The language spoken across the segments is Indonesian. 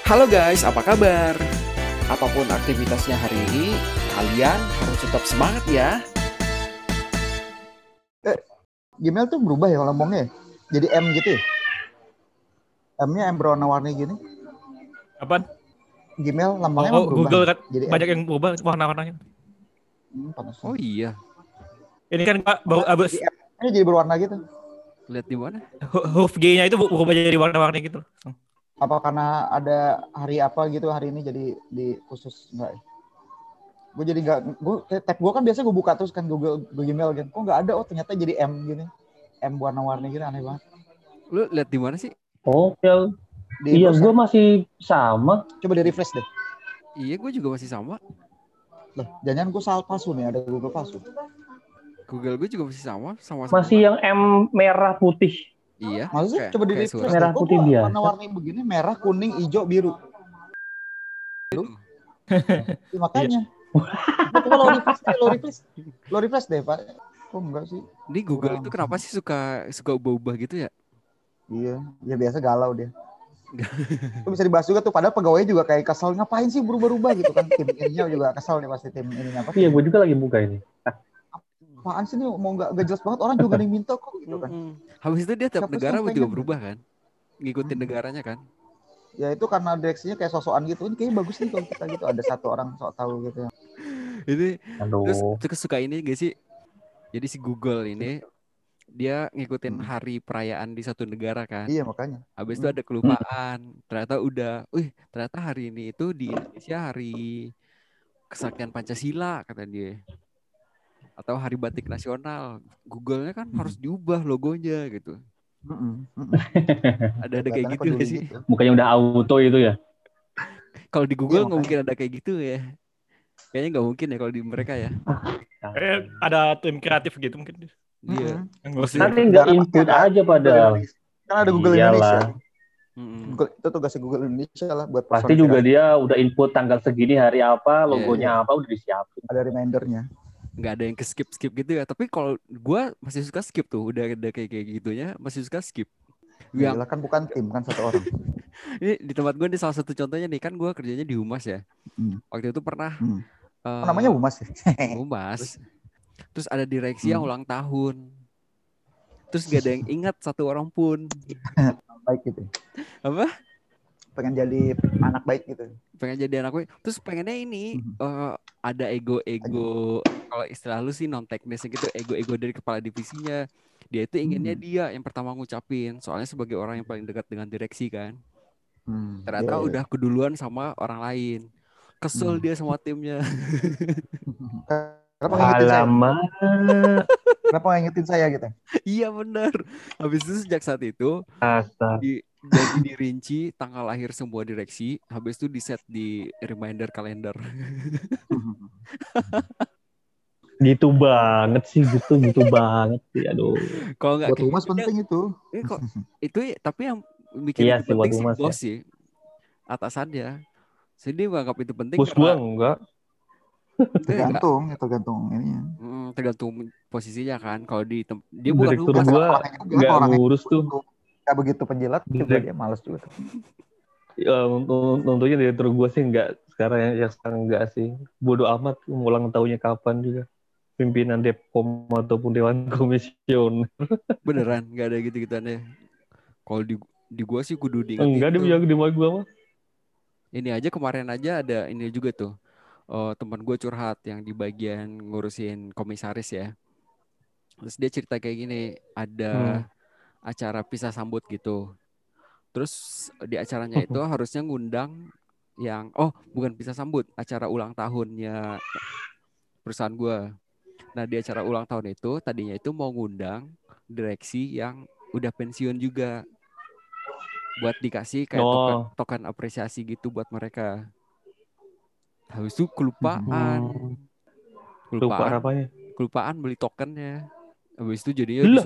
Halo guys, apa kabar? Apapun aktivitasnya hari ini, kalian harus tetap semangat ya. Gmail tuh berubah ya lambangnya, jadi M gitu ya? M-nya M berwarna-warni gini. Apaan? Gmail lambangnya emang berubah. Google kan jadi banyak M. yang berubah warna-warnanya. Pantesan. Oh iya, Ini kan Pak baru abis Jadi M-nya jadi berwarna gitu. lihat di mana? huruf G-nya itu berubah jadi warna-warni gitu. Apa karena ada hari apa gitu hari ini jadi di khusus enggak? Gue jadi nggak, tab gue kan biasa gue buka terus kan Google Gmail kan, kok nggak ada, oh ternyata jadi M gini, M warna-warni gitu, aneh banget. Lu lihat di mana sih? Oke. Di Iya, browser. gue masih sama. Coba di refresh deh. Iya, gue juga masih sama. Loh, jangan gue salah palsu nih, ada Google palsu. Google gue juga masih sama. Masih yang M merah putih. Iya. Maksudnya coba di refresh Merah deh. putih Kok biasa. warna-warni begini, merah, kuning, hijau, biru. Ya, makanya. Coba lo refresh deh Pak. Kok enggak sih? Ini Google itu kenapa sih suka ubah-ubah gitu ya? Iya, ya biasa galau dia. Itu bisa dibahas juga tuh, padahal pegawainya juga kayak kesel, ngapain sih berubah-ubah gitu kan. Tim ininya juga kesel nih pasti, tim ininya apa. Iya, gue juga lagi buka ini. Apaan sih ini, mau nggak jelas banget, orang juga yang minta kok gitu kan. Habis itu dia tiap Siapa sih negara yang juga pengen? berubah kan? Ngikutin negaranya kan? Ya itu karena direksinya kayak sosokan gitu. Ini kayaknya bagus nih kalau kita gitu, ada satu orang sok tahu gitu. Ini Aduh. terus suka ini gak sih? Jadi si Google ini dia ngikutin hari perayaan di satu negara kan. Iya makanya. Habis itu ada kelupaan. Ternyata hari ini itu di Indonesia hari kesaktian Pancasila kata dia. Atau hari batik nasional. Google-nya kan harus diubah logonya gitu. Ada kayak gitu gak sih? Bukannya udah auto itu ya? Kalau di Google nggak mungkin ada kayak gitu ya. Kayaknya nggak mungkin ya kalau di mereka ya. Ada tim kreatif gitu mungkin. Iya. Nanti nggak input aja padahal. Kan ada Google Iyalah. Indonesia. Google, itu tugasnya Google Indonesia lah buat pasti juga dia udah input tanggal segini hari apa, logonya apa udah disiapin. Ada remindernya. Nggak ada yang ke skip gitu ya. Tapi kalau gue masih suka skip tuh. Udah ada kayak gitunya masih suka skip. Ya kan bukan tim, kan satu orang. Ini di tempat gue, di salah satu contohnya nih, kan gue kerjanya di Humas ya. Waktu itu pernah namanya Humas ya? Humas. Terus ada direksi yang ulang tahun. Terus gak ada yang ingat satu orang pun. Baik gitu. Apa? Pengen jadi anak baik gitu. Pengen jadi anak baik. Terus pengennya ini ada ego. Kalau istilah lu sih non teknis gitu, ego dari kepala divisinya. Dia itu inginnya dia yang pertama ngucapin, soalnya sebagai orang yang paling dekat dengan direksi kan. Ternyata udah keduluan sama orang lain. Kesel dia sama timnya. Kenapa ngingetin saya gitu? Iya benar. Habis itu sejak saat itu jadi dirinci tanggal lahir semua direksi. Habis itu di set di reminder kalender. Gitu banget sih, gitu banget sih. Aduh. Kalau nggak buat Humas penting itu. Itu tapi yang bikin itu penting sih bos ya. sih, atasannya. Jadi menganggap itu penting. Bos gua enggak. Tergantung ininya. Tergantung posisinya kan. Kalau dia bukan Humas. Gua nggak ngurus tuh. Nggak begitu penjilat, coba dia malas juga. Ya, tentunya direktur gua sih enggak. Sekarang enggak sih. Bodoh amat ulang tahunnya kapan juga. Pimpinan Depkom ataupun Dewan Komisioner. Beneran nggak ada gitu-gituannya. Kalau di gua sih kudu diingat. Enggak, dia bilang di gua mah. Ini aja kemarin aja ada ini juga tuh. Teman gue curhat yang di bagian ngurusin komisaris ya. Terus dia cerita kayak gini, ada acara pisah sambut gitu. Terus di acaranya itu harusnya ngundang yang bukan pisah sambut, acara ulang tahunnya perusahaan gue. Nah di acara ulang tahun itu tadinya itu mau ngundang direksi yang udah pensiun juga, buat dikasih kayak token apresiasi gitu buat mereka. Habis itu kelupaan apanya? Kelupaan beli tokennya. Habis itu jadinya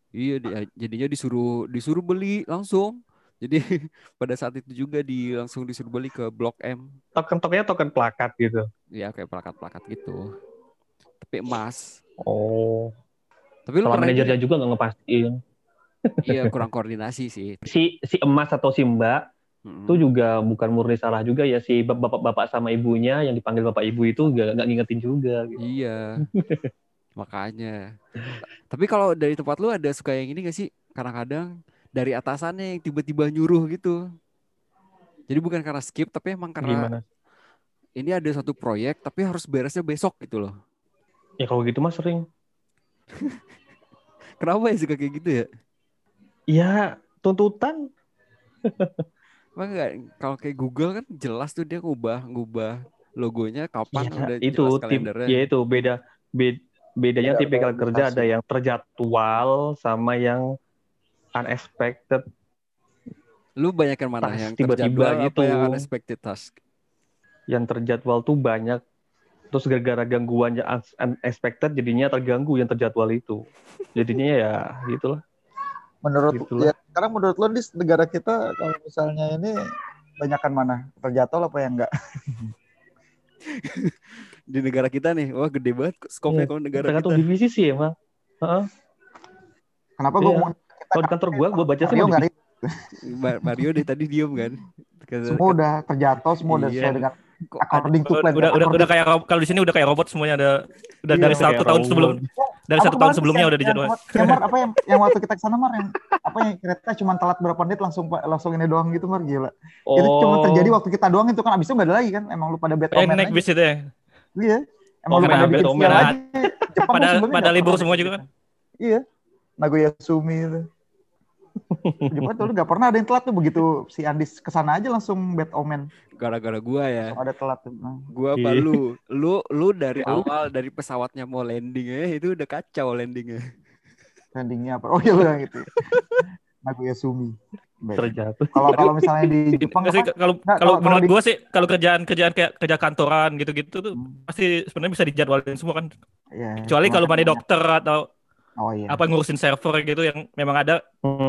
disuruh beli langsung. Jadi pada saat itu juga langsung disuruh beli ke Blok M. Tokennya token plakat gitu. Iya kayak plakat-plakat gitu. Tapi emas. Tapi lu sama manajernya juga nggak ngepastiin. Iya kurang koordinasi sih. Si emas atau si mbak itu juga bukan murni salah juga ya, si bapak sama ibunya yang dipanggil bapak ibu itu nggak ngingetin juga gitu. Iya. Makanya. Tapi kalau dari tempat lu ada suka yang ini gak sih? Kadang-kadang dari atasannya yang tiba-tiba nyuruh gitu. Jadi bukan karena skip, tapi emang karena Gimana? ini ada satu proyek, tapi harus beresnya besok gitu loh. Ya kalau gitu mah sering. Kenapa ya suka kayak gitu ya? Ya tuntutan. Emang nggak, kalau kayak Google kan jelas tuh dia ngubah logonya kapan Ya udah itu jelas tim, kalendernya. ya itu bedanya Beda tipikal kerja ada organisasi. yang terjadwal sama yang unexpected. Lu banyak yang mana? Tas Yang tiba-tiba terjadwal apa gitu. yang unexpected task? Yang terjadwal tuh banyak. Terus gara-gara gangguan yang unexpected jadinya terganggu yang terjadwal itu. Jadinya ya gitulah. Ya sekarang menurut lo di negara kita kalau misalnya ini banyakan mana? Terjadwal apa yang enggak? Di negara kita nih, wah gede banget skopnya kalau negara tergantung kita. divisi sih emang. Kenapa gue ngomong kita? Kalau di kantor gue baca sih Mario, Mario deh tadi diem kan. semua udah terjadwal, semua udah sesuai dengan according to plan. Udah kayak kalau di sini udah kayak robot semuanya udah dari satu tahun sebelum sebelumnya udah dijadwal. Mar, apa yang waktu kita kesana Mar, yang apa yang kereta cuma telat berapa menit langsung ini doang gitu Mar, gila. Itu cuma terjadi waktu kita doang itu kan, abis itu nggak ada lagi kan, emang lu pada bad omen naik bis itu ya. Iya, emang lu pada bikin sial lagi. Jepang pada libur semua juga kan. Iya, Nagoya Sumi itu. Jepang tuh nggak pernah ada yang telat tuh, begitu si Andis kesana aja langsung bad omen. Gara-gara gua ya. Langsung ada telat tuh. Gua apa lu dari awal dari pesawatnya mau landing itu udah kacau landingnya. Landingnya apa? Oh iya lu yang gitu. Nagoya Sumi. Terjatuh. Kalau misalnya di Jepang kalau menurut gua sih kalau kerjaan kayak kerja kantoran gitu-gitu tuh pasti sebenarnya bisa dijadwalin semua kan. Ya, kecuali kalau mana dokter atau apa ngurusin server gitu yang memang ada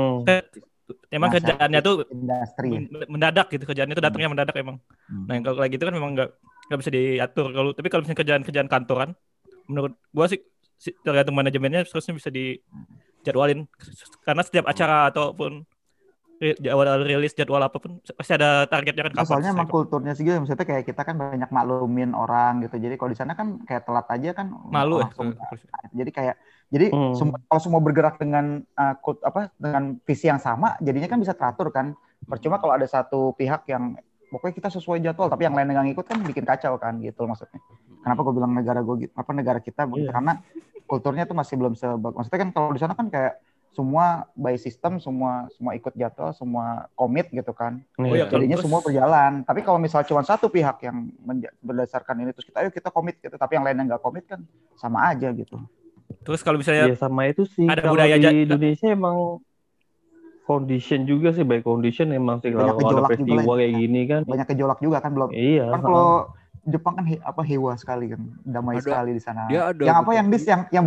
emang kerjaannya tuh mendadak gitu, kerjaannya tuh datangnya mendadak emang. Nah yang kalau kayak gitu kan memang nggak bisa diatur. Tapi kalau misalnya kerjaan kantoran menurut gua sih tergantung manajemennya seharusnya bisa dijadwalin karena setiap acara ataupun jadwal rilis jadwal apapun pasti ada targetnya kan kapan. Soalnya emang kulturnya sih gitu, maksudnya kayak kita kan banyak maklumin orang gitu, jadi kalau di sana kan kayak telat aja kan malu langsung jadi kalau semua bergerak dengan dengan visi yang sama jadinya kan bisa teratur kan. Percuma kalau ada satu pihak yang pokoknya kita sesuai jadwal tapi yang lain nggak ngikut kan bikin kacau kan gitu maksudnya. Kenapa gue bilang negara kita karena kulturnya tuh masih belum maksudnya kan kalau di sana kan kayak semua by system, semua ikut jadwal, semua komit gitu kan. Jadinya semua berjalan. Tapi kalau misalnya cuma satu pihak yang berdasarkan ini terus kita komit gitu, tapi yang lain yang nggak komit kan sama aja gitu. Terus kalau misalnya sama itu sih ada kalau budaya di Indonesia emang condition juga sih, by condition emang sih kalau ada festival kayak gini kan. Banyak gejolak juga kan belum. Iya. Kan kalau Jepang kan hewa sekali kan, damai sekali di sana. Yang apa yang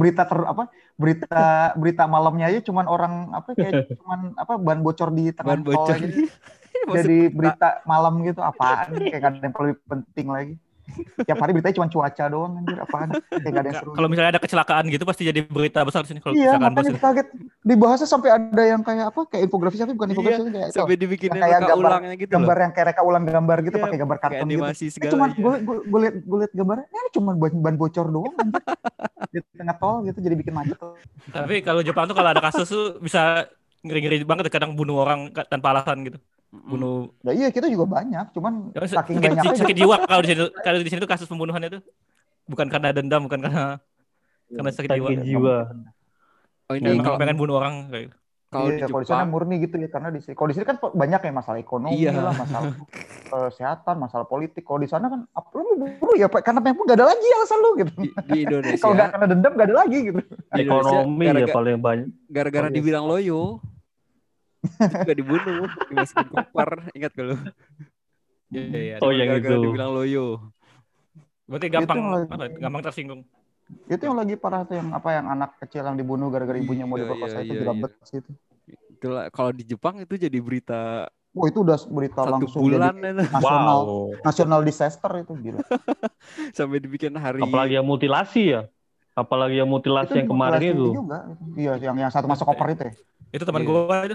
berita malamnya aja cuman orang cuman ban bocor di tengah tol aja. Jadi berita malam gitu apaan kayak gak ada yang lebih penting lagi. Tiap hari beritanya cuma cuaca doang anjir, apaan kayak gak ada yang seru. Kalau misalnya ada kecelakaan gitu pasti jadi berita besar di sini kalau kecelakaan bus. Iya, kaget dibahasnya sampai ada yang kayak infografis tapi bukan infografis kayak sampai dibikin kayak reka ulangnya gitu gambar yang kayak reka ulang gambar gitu pakai gambar kartun gitu. Cuma gue liat gambarnya ini cuma ban bocor doang anjir. Di tengah tol gitu jadi bikin macet. Tapi kalau Jepang tuh kalau ada kasus tuh bisa ngeri-ngeri banget kadang bunuh orang tanpa alasan gitu. Bunuh. Ya iya kita juga banyak, cuman saking banyaknya sakit jiwa kalau di sini tuh kasus pembunuhannya tuh bukan karena dendam, bukan karena sakit jiwa. Oh ini kalau pengen bunuh orang kayak. Kalau di sana murni gitu ya karena kalau di sini kan banyak ya masalah ekonomi lah, masalah kesehatan, masalah politik. Kalau di sana kan lu ya karena memang gak ada lagi alasan lu gitu. Di Indonesia kalau gak karena dendam gak ada lagi gitu. Ekonomi ya paling banyak. Gara-gara dibilang loyo. Juga dibunuh, dimasukin koper, ingat gak lu? Iya. Oh yang itu. Dibilang loyo. Berarti gampang tersinggung. Itu yang lagi parah tuh yang anak kecil yang dibunuh gara-gara ibunya mau diperkosa itu dilabet gitu. Itulah kalau di Jepang itu jadi berita. Oh itu udah berita langsung bulan jadi nasional disaster itu gila. Sampai dibikin hari. Apalagi yang mutilasi ya. Apalagi yang mutilasi yang kemarin itu. Juga. Iya yang satu masuk koper itu ya. Itu teman gua itu.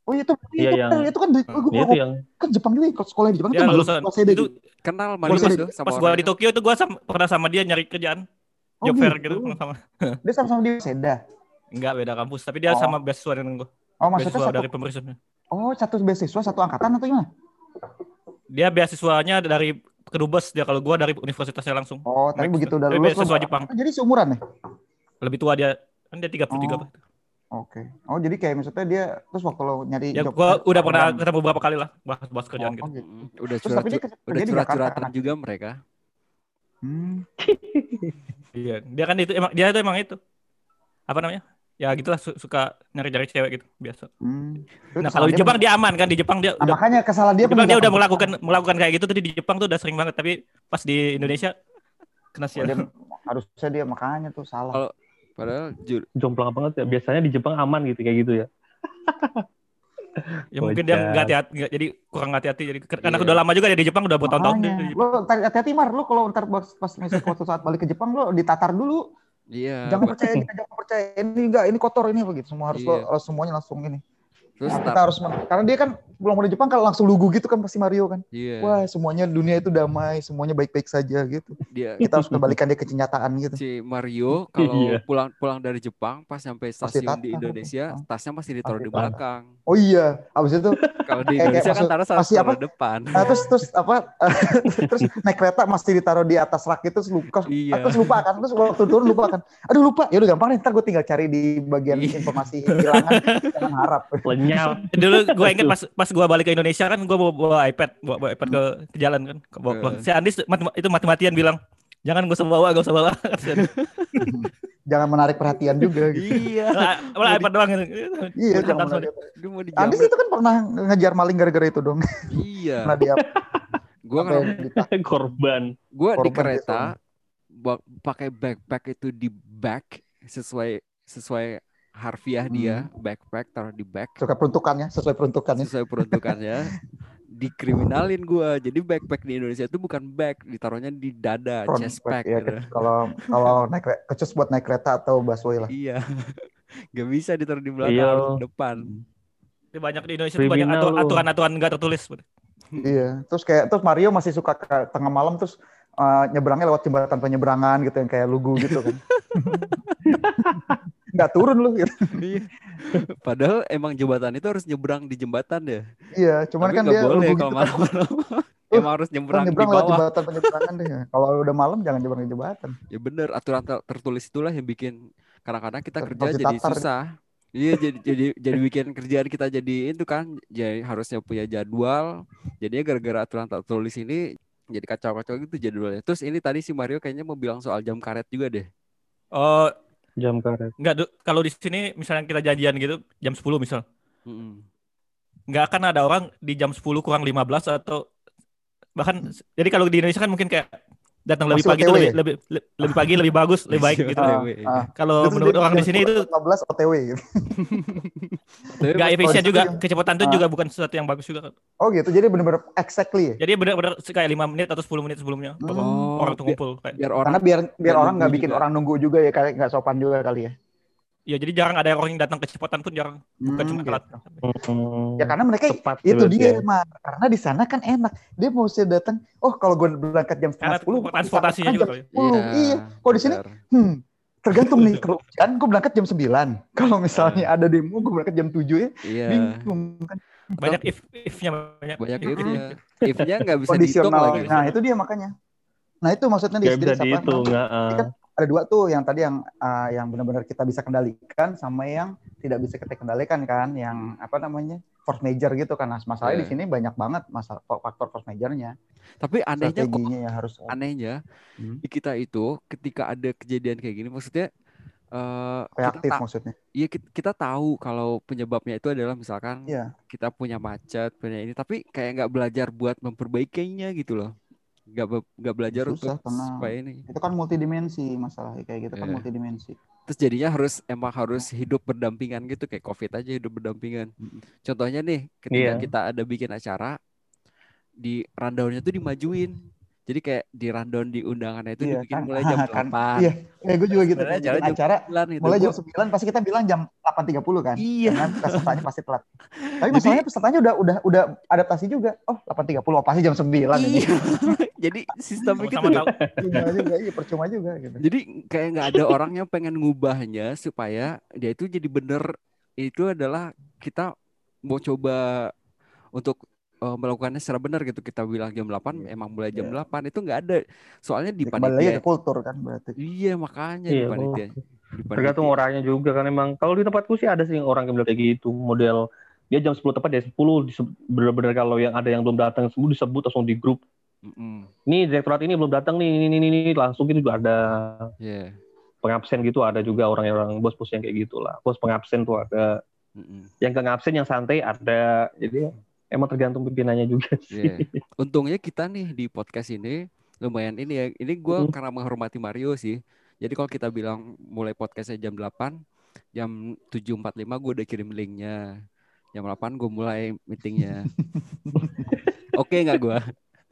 Oh itu Iya yang itu kan itu yang kan Jepang juga sekolah di Jepang Ya itu lulusan Waseda itu gitu. Kenal Mario Waseda. tuh sama pas gua di orangnya. Tokyo itu gua pernah sama dia nyari kerjaan Oh job fair gitu gitu. sama. Dia sama-sama di Waseda. Enggak beda kampus, tapi dia sama Oh. beasiswa dengan gua. Oh maksudnya Beasiswa satu. dari pemerintah. Oh satu beasiswa satu angkatan atau gimana? Dia beasiswanya dari Kedubes dia, kalau gua dari universitasnya langsung. Oh tapi begitu udah Tapi lulus lo beasiswa Jepang. jadi seumuran nih. Lebih tua dia. Kan dia 33. Oh. Oke. Oh jadi kayak maksudnya dia terus waktu lo nyari Ya job gua udah pernah bareng. ketemu beberapa kali lah bahas kerjaan gitu. gitu. Udah Terus tapi dia kerja di Jakarta curhat-curhatan kan? juga mereka. Iya, dia kan itu emang itu. Apa namanya? Ya gitulah suka nyari-nyari cewek gitu biasa. Nah, kalau di Jepang dia aman kan, di Jepang dia udah makanya kesalahan dia Jepang dia udah melakukan kayak gitu, tadi di Jepang tuh udah sering banget, tapi pas di Indonesia kena sial. Harusnya dia makanya tuh salah. Padahal jomplang banget ya. Biasanya di Jepang aman gitu kayak gitu ya. Ya mungkin dia nggak hati-hati, jadi kurang hati-hati. Jadi karena udah lama juga dia di Jepang, udah bertahun-tahun dia. Lo hati-hati Mar, lo kalau ntar pas misalnya suatu saat balik ke Jepang lo ditatar dulu. Iya. Jangan percaya ini enggak, ini kotor ini begitu. Semua harus lo semuanya langsung ini. Terus kita harus karena dia kan pulang dari Jepang kalau langsung lugu gitu kan pasti Mario kan. Iya. Wah, semuanya dunia itu damai, semuanya baik-baik saja gitu. Kita harus kembalikan dia ke kenyataan gitu. Si Mario kalau pulang dari Jepang pas sampai stasiun di Indonesia, tasnya masih ditaruh di belakang. Oh iya, abis itu kalau di Indonesia kan taruh depan. Terus naik kereta masih ditaruh di atas rak itu, terus lupa kan, terus waktu turun lupa kan. Aduh lupa, ya udah gampang nih, ntar gue tinggal cari di bagian informasi hilangan, jangan harap. Dulu gue inget pas gue balik ke Indonesia kan, gue bawa iPad ke jalan kan. Si Andis itu mati-matian bilang, jangan gak usah bawa. Jangan menarik perhatian juga. Gitu. Iya. Malah iPad doang gitu. Iya, jangan menarik. Andis itu kan pernah ngejar maling gara-gara itu dong. Iya. Pernah dia. Gue korban. Gue di kereta pakai backpack itu di back sesuai harfiah dia, backpack taruh di back. Sesuai peruntukannya. Dikriminalin gue. Jadi backpack di Indonesia itu bukan bag, ditaruhnya di dada, chest pack. Ya, gitu. Kalau naik kecus buat naik kereta atau busway lah. Iya. Gak bisa ditaruh di belakang, harus di depan. Di banyak di Indonesia tuh banyak aturan nggak tertulis. Iya. Terus Mario masih suka ke tengah malam terus nyebrangnya lewat jembatan penyeberangan gitu yang kayak lugu gitu kan. Nggak turun lu gitu. Padahal emang jembatan itu harus nyebrang di jembatan ya. Iya, cuman kan dia boleh lugu kalau gitu malam-malam. Emang harus nyebrang di bawah. Lewat jembatan penyeberangan deh. Kalau udah malam jangan nyebrang di jembatan. Ya bener, aturan tertulis itulah yang bikin kadang-kadang kita kerja jadi susah. Iya, jadi bikin kerjaan kita jadi itu kan, jadi harusnya punya jadwal. Jadinya gara-gara aturan tertulis ini jadi kacau-kacau gitu jadwalnya. Terus ini tadi si Mario kayaknya mau bilang soal jam karet juga deh. Oh, jam karet. Enggak, kalau di sini misalnya kita janjian gitu jam 10 misal. Enggak akan ada orang di jam 10 kurang 15 atau bahkan jadi kalau di Indonesia kan mungkin kayak datang lebih pagi itu lebih pagi lebih bagus, lebih baik gitu. Kalau menurut orang di sini itu 15 OTW gitu. Enggak efisien juga, kecepatan itu juga bukan sesuatu yang bagus juga. Oh gitu, jadi benar-benar exactly ya? Jadi benar-benar kayak 5 menit atau 10 menit sebelumnya orang tuh ngumpul. Karena biar orang nggak bikin orang nunggu juga ya, kayak nggak sopan juga kali ya. Ya jadi jarang ada orang yang datang kecepatan pun jarang, bukan cuma telat. Ya karena mereka itu dia mah, karena di sana kan enak. Dia mau datang, kalau gue berangkat jam 9:30, transportasinya juga kali. Iya. Kalau di sini tergantung nih, kalau kan gue berangkat jam 9. Kalau misalnya ada demo gue berangkat jam 7 ya. Bingung kan. Banyak if-nya banyak if-nya. If-nya enggak bisa dihitung lagi. Nah, itu dia makanya. Nah, itu maksudnya di bisa dihitung, ada dua tuh, yang tadi yang benar-benar kita bisa kendalikan sama yang tidak bisa kita kendalikan kan, yang force major gitu kan. Nah, masalahnya di sini banyak banget faktor force majornya. Tapi anehnya anehnya di kita itu ketika ada kejadian kayak gini, maksudnya reaktif maksudnya. Iya, kita tahu kalau penyebabnya itu adalah misalkan kita punya macet, punya ini, tapi kayak nggak belajar buat memperbaikinya gitu loh. Nggak belajar susah, untuk supaya ini. Itu kan multidimensi masalah kayak gitu kan, multidimensi. Terus jadinya harus hidup berdampingan gitu, kayak COVID aja hidup berdampingan. Contohnya nih, ketika kita ada bikin acara di rundown-nya tuh dimajuin. Jadi kayak di rundown di undangannya itu Iya dibikin kan, mulai jam 8. iya, gue juga gitu. Sebenarnya Bikin jam acara 9 gitu. mulai jam 9 pasti kita bilang jam 8.30 kan. Iya. Karena pesertanya pasti telat. Tapi Jadi- masalahnya pesertanya udah adaptasi juga. Oh, 8.30 oh, pasti jam 9 ini. Iya. Jadi sistemnya gitu. Sama-sama tahu. Percuma juga, iya percuma juga gitu. Jadi kayak nggak ada orang yang pengen ngubahnya supaya dia itu jadi bener. Itu adalah kita mau coba untuk melakukannya secara benar gitu. Kita bilang jam 8 emang mulai jam 8 itu nggak ada. Soalnya di Ya, kembali lagi panitia. ke kultur kan berarti. Iya, makanya di Iya, panitia. Di tergantung panitia. orangnya juga kan emang. Kalau di tempatku sih ada sih orang yang bilang kayak gitu, model dia jam 10 tepat dia 10 bener-bener kalau yang ada yang belum datang semua disebut langsung di grup. Mm-mm. Nih direktorat ini belum datang nih, ini langsung gitu juga ada. Iya. Pengabsen gitu ada juga orang-orang bos-bos yang kayak gitulah. Bos pengabsen tuh ada. Mm-mm. Yang nggak ngabsen yang santai ada. Jadi emang tergantung pimpinannya juga sih. Iya. Untungnya kita nih di podcast ini lumayan ini ya. Ini gue karena menghormati Mario sih. Jadi kalau kita bilang mulai podcastnya jam 8, jam 7.45 gue udah kirim linknya. Jam 8 gue mulai meetingnya. Oke nggak gue?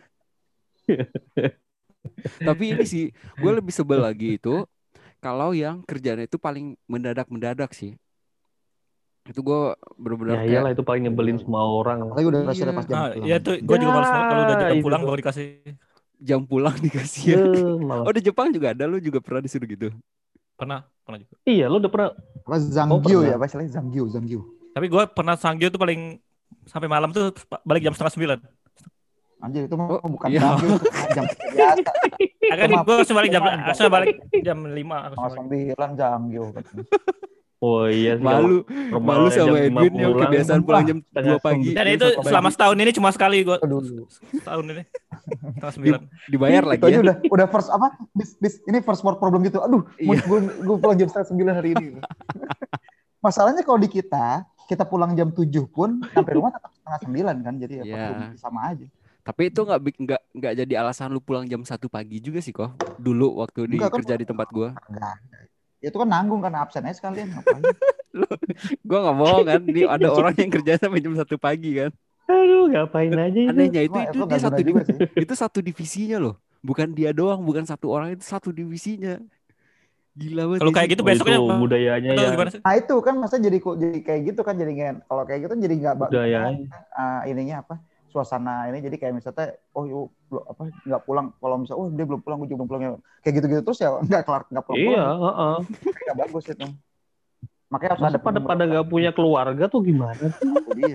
Tapi ini sih gue lebih sebel lagi itu kalau yang kerjanya itu paling mendadak sih. Itu gue bener-bener Ya iyalah itu paling nyebelin semua orang. Apalagi udah Iya. sudah pas jam pulang. Iya tuh, gue juga males banget kalau udah jam itu pulang tuh. baru dikasih. Jam pulang dikasih ya. Malah. Oh di Jepang juga ada, lu juga pernah disuruh gitu? Pernah juga. Iya, lo udah pernah. Apa Zanggyu pernah. ya, apa istilahnya Zanggyu. Tapi gue pernah Sanggyo tuh paling sampai malam tuh balik jam 8:30. Anjir itu mah bukan iya. Zanggyu, itu jam biasa. Akan gue harus balik jam 5 harus balik. 9 Zanggyu. Oh iya sih. Malu Normalnya sama jam 5 Edwin yang pulang. kebiasaan pulang jam 2 pagi. Dan itu selama setahun ini cuma sekali gue. Aduh. Setahun ini. Setengah 9. Dibayar lagi Itu aja ya. udah first apa? Ini first world problem gitu. Aduh, Iya. gue pulang jam 9 hari ini. Masalahnya kalau di kita pulang jam 7 pun sampai rumah tetap setengah 9 kan. Jadi ya Iya. sama aja. Tapi itu nggak jadi alasan lu pulang jam 1 pagi juga sih kok. Dulu waktu Enggak, kan? kerja di tempat gua. Enggak. Itu kan nanggung karena absen aja sekalian ngapain. Gua nggak bohong kan. Ini ada orang yang kerja sampai jam 1 pagi kan. Aduh, ngapain aja itu. Anehnya itu Cuma dia nggak guna juga sih. itu satu divisinya loh. Bukan dia doang, bukan satu orang, itu satu divisinya. Gila banget. Kalau kayak gitu besoknya itu budayanya atau ya. gimana sih? Nah itu kan masa jadi kayak gitu kan jadi kalau kayak gitu jadi nggak Budayanya. ininya apa suasana ini jadi kayak misalnya yuk nggak pulang kalau misalnya dia belum pulang gue juga belum pulang kayak gitu terus ya nggak pulang Iya, heeh. nggak bagus itu makanya harus Masa ada pada nggak punya keluarga tuh gimana? dia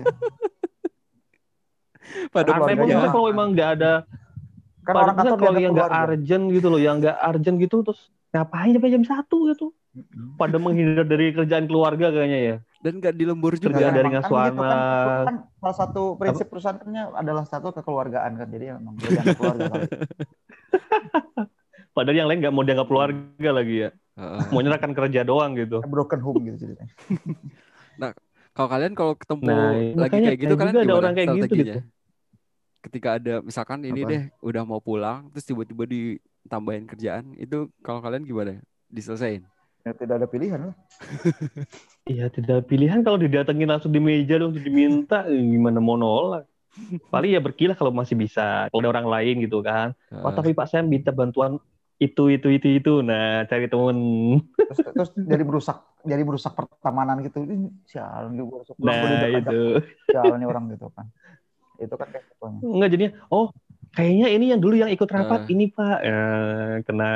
Pada Aneh keluarganya. banget kalau emang nggak ada. kan Pada orang kantor kalau dianggap yang nggak keluarga. urgent gitu loh, yang nggak urgent gitu terus ngapain sampai jam 1 gitu? Pada menghindar dari kerjaan keluarga kayaknya ya. Dan nggak dilembur juga. Kerjaan dari Emang ngasuh kan gitu anak. kan salah satu prinsip perusahaannya adalah satu kekeluargaan kan jadi emang dia dianggap keluarga kan. Padahal yang lain nggak mau dianggap keluarga lagi ya. Mau nyerahkan kerja doang gitu. Broken home gitu ceritanya. Kalau kalian ketemu Nah, lagi makanya kayak gitu juga kalian ada gimana orang kayak gitu strateginya? gitu. Ketika ada misalkan ini Apa? deh udah mau pulang terus tiba-tiba ditambahin kerjaan, itu kalau kalian gimana? Diselesain? Ya, tidak ada pilihan lah. Iya, tidak pilihan kalau didatengin langsung di meja dong diminta gimana mau nolak. Paling ya berkilah kalau masih bisa. Kalau ada orang lain gitu kan. Oh, tapi Pak saya minta bantuan itu. Nah, cari temen. Terus jadi merusak pertemanan gitu. Ini sialan gue harus pulang, Nah, gua udah itu. sialan nih orang gitu kan. Itu kan kayak gitu. Enggak jadinya, oh kayaknya ini yang dulu yang ikut rapat ini Pak. Kena.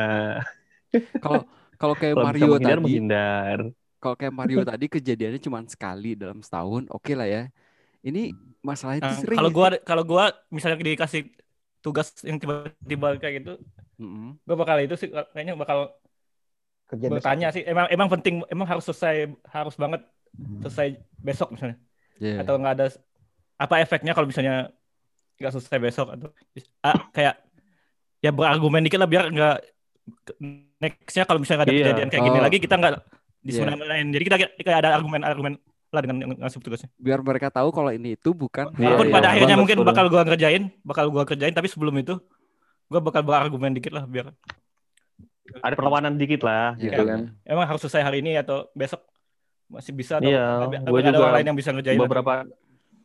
Kalau kayak Kalau Mario bisa tadi, menghindar. kalau kayak Mario tadi kejadiannya cuma sekali dalam setahun, oke lah ya. Ini masalah itu sering. Kalau gua misalnya dikasih tugas yang tiba-tiba kayak gitu, gue bakal itu sih kayaknya bakal bertanya sih. Emang penting, emang harus banget selesai besok misalnya. Yeah. Atau nggak ada apa efeknya kalau misalnya nggak selesai besok atau kayak ya berargumen dikit lah biar nggak nextnya kalau misalnya nggak ada kejadian kayak gini lagi kita nggak disemenamain. Jadi kita kayak ada argumen lah dengan ngasih tugasnya. Biar mereka tahu kalau ini itu bukan. Walaupun pada akhirnya mungkin bakal gua kerjain, tapi sebelum itu gua bakal berargumen dikit lah biar ada perlawanan dikit lah, gitu kan. Emang harus selesai hari ini atau besok masih bisa atau ada orang lain yang bisa ngerjain. Beberapa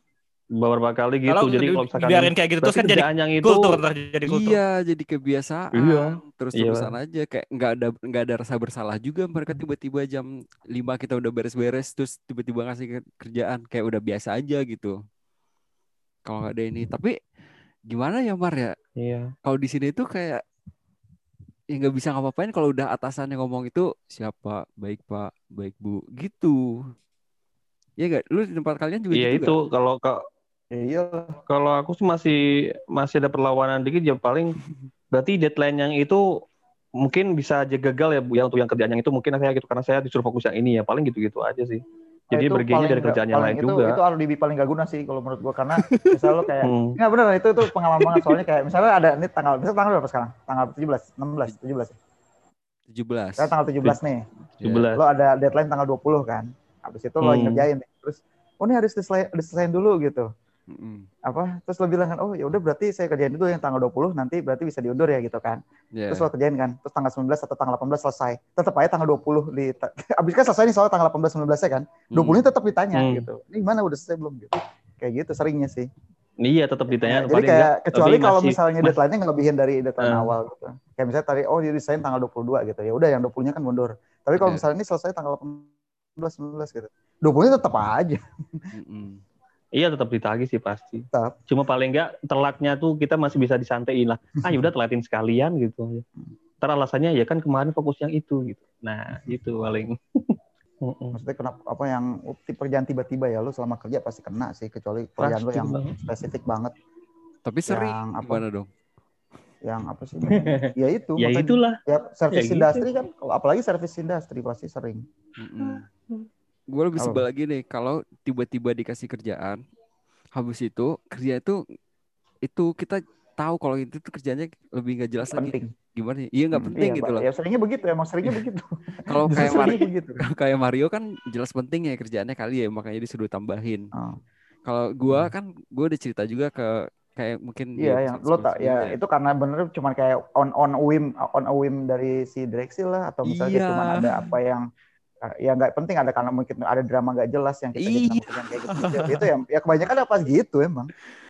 beberapa kali gitu. Kalau Jadi kalau misalkan dibiarin kayak gitu terus kan jadi kerjaan yang itu kultur, jadi kultur. Iya, jadi kebiasaan. iya, Terus-terusan aja kayak nggak ada rasa bersalah juga, mereka tiba-tiba jam 5 kita udah beres-beres terus tiba-tiba ngasih kerjaan kayak udah biasa aja gitu. Kalau nggak ada ini, tapi gimana ya Mar ya? iya. Kalau di sini tuh kayak ya nggak bisa ngapa-ngapain kalau udah atasannya ngomong itu siapa baik Pak, baik Bu gitu. Ya nggak? Lu di tempat kalian juga Iya gitu itu nggak? Iya. kalau aku sih masih ada perlawanan dikit ya paling berarti deadline yang itu mungkin bisa aja gagal ya Bu ya untuk yang kerjaan yang itu mungkin saya gitu karena saya disuruh fokus yang ini ya paling gitu-gitu aja sih. Jadi Itu bergennya paling dari kerjaan yang lain itu juga. alibi paling gak guna sih kalau menurut gua, karena misalnya lo kayak nggak bener, itu pengalaman banget, soalnya kayak misalnya ada ini tanggal berapa sekarang? Tanggal 17, 16, 17 ya? 17. Sekarang tanggal 17 nih. 17. Lo ada deadline tanggal 20 kan. Habis itu lo lagi ngerjain. Terus, oh ini harus diselesain dulu gitu. Terus lo bilang kan, oh ya udah berarti saya kerjain dulu yang tanggal 20, nanti berarti bisa diundur ya gitu kan. Terus lo kerjain kan. Terus tanggal 19 atau tanggal 18 selesai. Tetap aja tanggal 20 abis kan selesai nih soal tanggal 18 19 ya kan. 20-nya tetap ditanya gitu. Ini gimana udah selesai belum gitu. Kayak gitu seringnya sih. Iya tetap ditanya. Jadi kayak kecuali kalau misalnya deadline-nya ngelebihin dari deadline awal gitu. Kayak misalnya tadi desain tanggal 22 gitu. Ya udah yang 20-nya kan mundur. Tapi kalau misalnya ini selesai tanggal 18 19 gitu. 20-nya tetap aja. Iya tetap ditagih sih pasti. Tetap. Cuma paling enggak telatnya tuh kita masih bisa disantein lah. Ya udah telatin sekalian gitu. Ntar alasannya ya kan kemarin fokus yang itu gitu. Nah itu paling. Maksudnya kenapa yang pekerjaan tiba-tiba ya lu selama kerja pasti kena sih, kecuali pekerjaan lu yang spesifik banget. Tapi sering gimana dong? Yang apa sih? Ya itu. Ya itulah. Ya service industri kan, apalagi service industri pasti sering. Gue lebih sebel lagi nih kalau tiba-tiba dikasih kerjaan, habis itu kerja itu kita tahu kalau itu tuh kerjanya lebih nggak jelas penting. Lagi. Gimana? Iya nggak penting gitu loh. Ya seringnya begitu, emang seringnya begitu. Kalau kayak Mario kan jelas penting ya kerjaannya kali ya, makanya disuruh tambahin. Kalau gue kan gue udah cerita juga ke kayak mungkin yang lo tak ya itu karena bener cuma kayak on a whim dari si Drexel lah, atau misalnya cuma ada apa yang ya nggak penting, ada karena mungkin ada drama nggak jelas yang kita jadi kayak gitu. Itu ya kebanyakan apa gitu emang.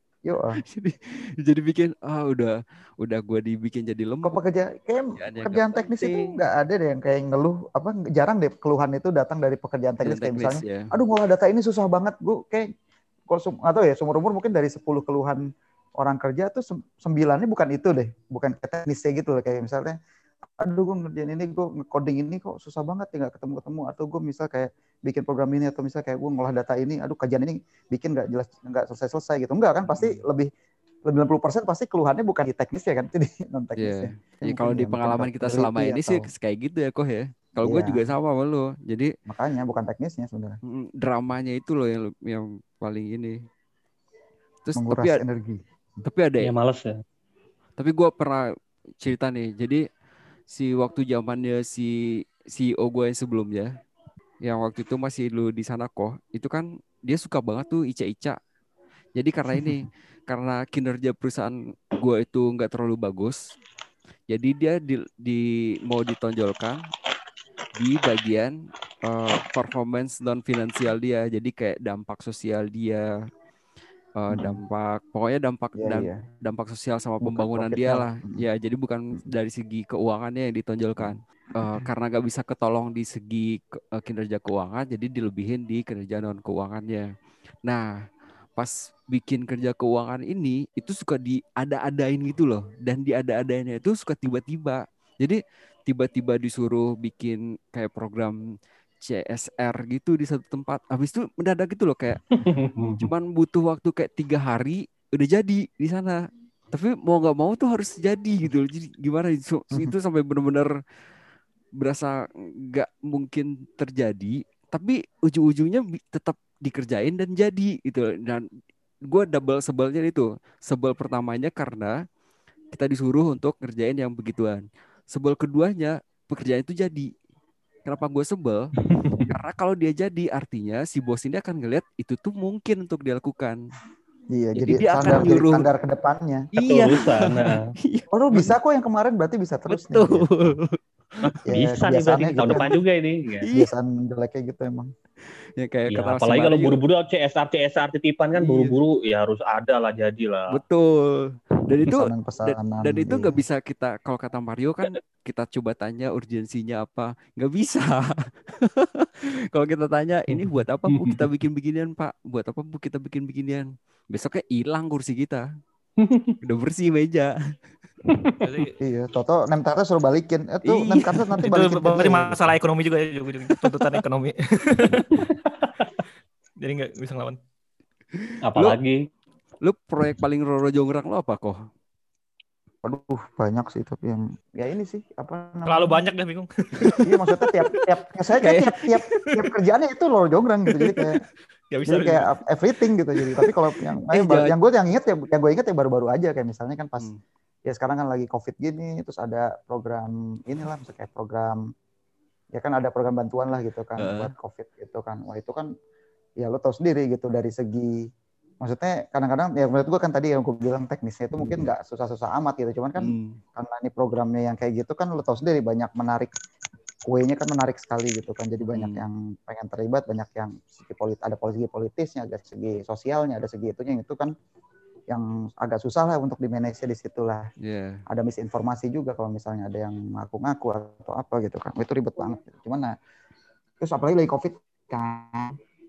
jadi bikin udah gue dibikin jadi lembut. Kok kerjaan teknis itu nggak ada deh yang kayak ngeluh jarang deh keluhan itu datang dari pekerjaan teknis kayak misalnya aduh ngolah data ini susah banget. Gue kayak atau ya seumur umur mungkin dari 10 keluhan orang kerja tuh 9-nya bukan itu deh, bukan teknisnya gitu loh, kayak misalnya aduh gue ngerjain ini, gue nge-coding ini kok susah banget ya nggak ketemu-ketemu, atau gue misal kayak bikin program ini, atau misal kayak gue ngolah data ini, aduh kajian ini bikin nggak jelas, nggak selesai gitu. Enggak kan, pasti lebih 90% pasti keluhannya bukan di teknis ya kan, itu di non teknisnya. Kalau di pengalaman kita selama ini sih kayak gitu ya kok ya. Kalau gue juga sama lo, jadi makanya bukan teknisnya sebenarnya. Dramanya itu loh yang paling ini. Terus menguras energi. Tapi ada ya males ya. Tapi gue pernah cerita nih, jadi si waktu zamannya si CEO gue yang sebelumnya, yang waktu itu masih lu di sana kok, itu kan dia suka banget tuh ica-ica. Jadi karena kinerja perusahaan gue itu nggak terlalu bagus, jadi dia mau ditonjolkan di bagian performance non finansial dia, jadi kayak dampak sosial dia, dampak sosial sama bukan pembangunan dia lah. Ya, jadi bukan dari segi keuangannya yang ditonjolkan. Karena nggak bisa ketolong di segi kinerja keuangan, jadi dilebihin di kinerja non keuangannya. Nah, pas bikin kerja keuangan ini itu suka diada-adain gitu loh, dan diada-adainnya itu suka tiba-tiba. Jadi tiba-tiba disuruh bikin kayak program CSR gitu di satu tempat, habis itu mendadak gitu loh, kayak cuman butuh waktu kayak 3 hari udah jadi di sana, tapi mau nggak mau tuh harus jadi gitu. Jadi gimana itu sampai benar-benar berasa nggak mungkin terjadi, tapi ujung-ujungnya tetap dikerjain dan jadi gitu. Dan gue double sebelnya itu. Sebel pertamanya karena kita disuruh untuk ngerjain yang begituan. Sebel keduanya pekerjaan itu jadi. Kenapa gue sebel? Karena kalau dia jadi, artinya si bos ini akan ngeliat itu tuh mungkin untuk dilakukan. Iya, jadi dia akan nyuruh standar ke depannya. Iya. Oh, bisa kok yang kemarin, berarti bisa terus. Betul. Bisa nih berarti tahun depan juga ini. Kebiasaan jeleknya gitu emang. Ya kayak ya, kata apalagi kalau Mario, buru-buru CSR titipan kan buru-buru ya harus ada lah jadilah. Betul. Dan itu Pesanan-pesanan. dan itu nggak bisa kita, kalau kata Mario kan kita coba tanya urgensinya apa, nggak bisa. Kalau kita tanya ini buat apa Bu kita bikin beginian Pak, buat apa Bu kita bikin beginian, besoknya hilang kursi kita, udah bersih meja. Iya, Toto name card suruh balikin. Itu name card nanti balikin. Itu berarti masalah ekonomi juga ya, tuntutan ekonomi. Jadi nggak bisa ngelawan. Apalagi lu proyek paling Roro Jonggrang lo apa kok? Aduh, banyak sih, tapi yang ya ini sih apa namanya? Terlalu banyak dah, bingung. Iya, maksudnya tiap kerjaannya itu Roro Jonggrang gitu, jadi kayak kayak everything gitu. Jadi tapi kalau yang gue inget ya baru-baru aja, kayak misalnya kan pas ya sekarang kan lagi COVID gini, terus ada program inilah, misalnya kayak program ya kan ada program bantuan lah gitu kan buat COVID gitu kan. Wah itu kan ya lo tau sendiri gitu, dari segi maksudnya kadang-kadang ya menurut gue kan tadi yang gue bilang teknisnya itu mungkin nggak susah-susah amat gitu, cuman kan karena ini programnya yang kayak gitu kan lo tau sendiri banyak menarik, kuenya kan menarik sekali gitu kan, jadi banyak yang pengen terlibat, banyak yang ada segi politisnya, ada segi sosialnya, ada segi itunya, itu kan yang agak susah lah untuk di-manage di situ lah. Ada misinformasi juga kalau misalnya ada yang ngaku-ngaku atau apa gitu kan, itu ribet banget gitu. Cuman nah terus apalagi lagi COVID kan,